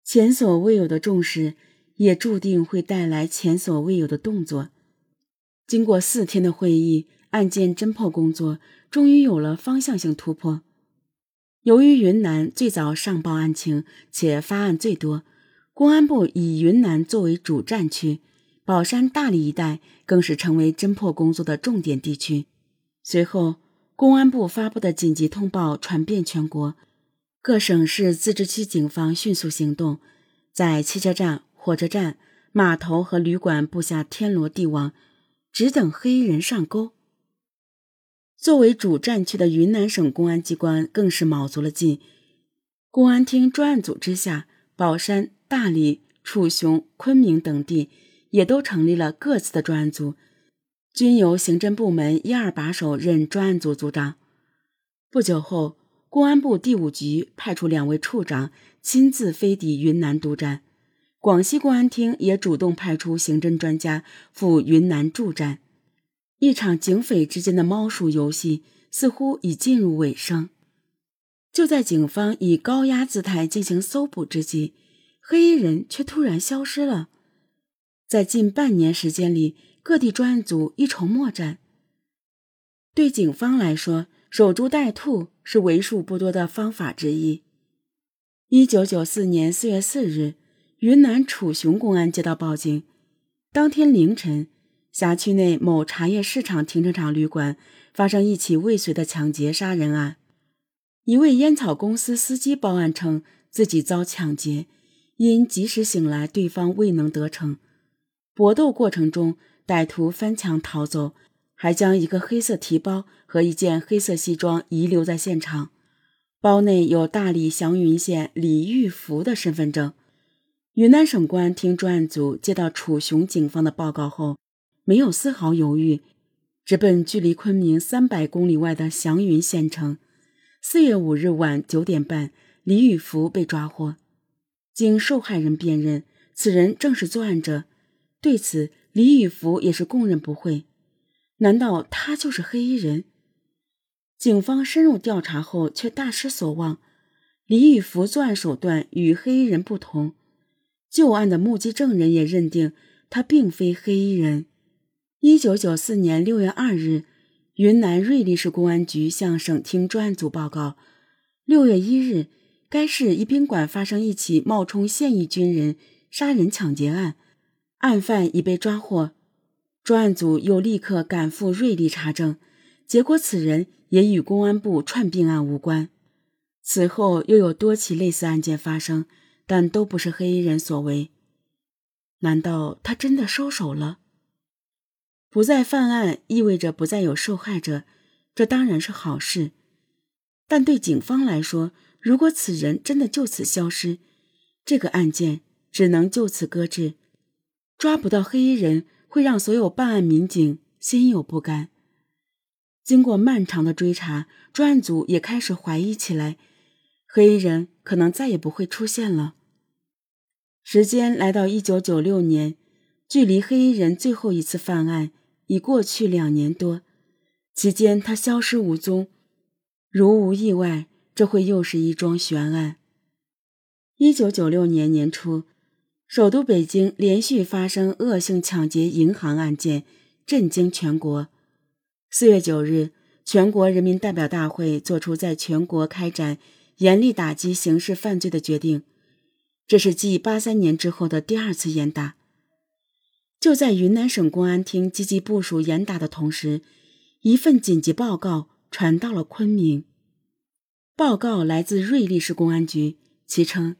前所未有的重视，也注定会带来前所未有的动作。经过4天的会议，案件侦破工作终于有了方向性突破。由于云南最早上报案情，且发案最多，公安部以云南作为主战区，保山大理一带更是成为侦破工作的重点地区。随后，公安部发布的紧急通报传遍全国，各省市自治区警方迅速行动，在汽车站、火车站、码头和旅馆布下天罗地网，只等黑衣人上钩。作为主战区的云南省公安机关更是卯足了劲，公安厅专案组之下，保山、大理、楚雄、昆明等地也都成立了各自的专案组，均由刑侦部门1、2把手任专案组组长。不久后，公安部第5局派出2位处长亲自飞抵云南督战，广西公安厅也主动派出刑侦专家赴云南助战。一场警匪之间的猫鼠游戏似乎已进入尾声。就在警方以高压姿态进行搜捕之际，黑衣人却突然消失了。在近半年时间里，各地专案组一筹莫展。对警方来说，守株待兔是为数不多的方法之一。1994年4月4日，云南楚雄公安接到报警，当天凌晨，辖区内某茶叶市场停车场旅馆发生一起未遂的抢劫杀人案。一位烟草公司司机报案称自己遭抢劫，因及时醒来，对方未能得逞。搏斗过程中，歹徒翻墙逃走，还将一个黑色提包和一件黑色西装遗留在现场，包内有大理祥云县李玉福的身份证。云南省公安厅专案组接到楚雄警方的报告后，没有丝毫犹豫，直奔距离昆明300公里外的祥云县城。4月5日晚9点半，李宇福被抓获。经受害人辨认，此人正是作案者。对此，李宇福也是供认不讳。难道他就是黑衣人？警方深入调查后却大失所望，李宇福作案手段与黑衣人不同。旧案的目击证人也认定他并非黑衣人。1994年6月2日，云南瑞丽市公安局向省厅专案组报告，6月1日，该市一宾馆发生一起冒充现役军人杀人抢劫案，案犯已被抓获。专案组又立刻赶赴瑞丽查证，结果此人也与公安部串并案无关。此后又有多起类似案件发生，但都不是黑衣人所为。难道他真的收手了？不再犯案意味着不再有受害者，这当然是好事。但对警方来说，如果此人真的就此消失，这个案件只能就此搁置。抓不到黑衣人会让所有办案民警心有不甘。经过漫长的追查，专案组也开始怀疑起来，黑衣人可能再也不会出现了。时间来到1996年，距离黑衣人最后一次犯案已过去2年多，期间他消失无踪。如无意外，这会又是一桩悬案。1996年年初，首都北京连续发生恶性抢劫银行案件，震惊全国。4月9日，全国人民代表大会作出在全国开展严厉打击刑事犯罪的决定，这是继83年之后的第2次严打。就在云南省公安厅积极部署严打的同时，一份紧急报告传到了昆明。报告来自瑞丽市公安局，其称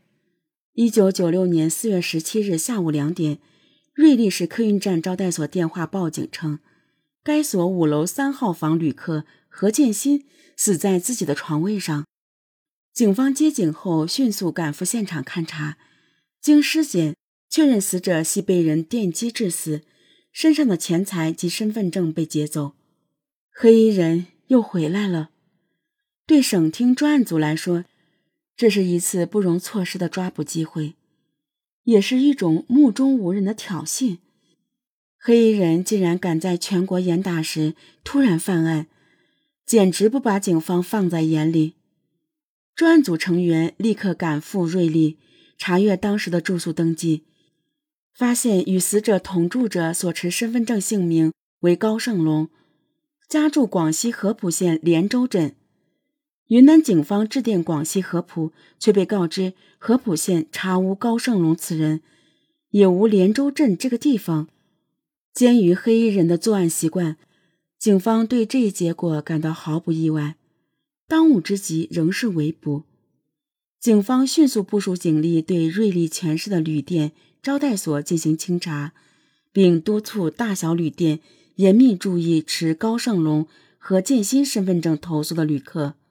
1996年4月17日下午2点，瑞丽市客运站招待所电话报警称，该所5楼3号房旅客何建新死在自己的床位上。警方接警后迅速赶赴现场勘查，经尸检确认死者系被人电击致死，身上的钱财及身份证被劫走。黑衣人又回来了。对省厅专案组来说，这是一次不容错失的抓捕机会，也是一种目中无人的挑衅。黑衣人竟然敢在全国严打时突然犯案，简直不把警方放在眼里。专案组成员立刻赶赴瑞丽， 查阅当时的住宿登记，发现与死者同住者所持身份证姓名为高胜龙，家住广西合浦县连州镇。云南警方致电广西合浦，却被告知合浦县查无高胜龙此人，也无连州镇这个地方。鉴于黑衣人的作案习惯，警方对这一结果感到毫不意外。当务之急仍是围捕。警方迅速部署警力对瑞丽全市的旅店、招待所进行清查，并督促大小旅店严密注意持高胜龙和建新身份证投诉的旅客。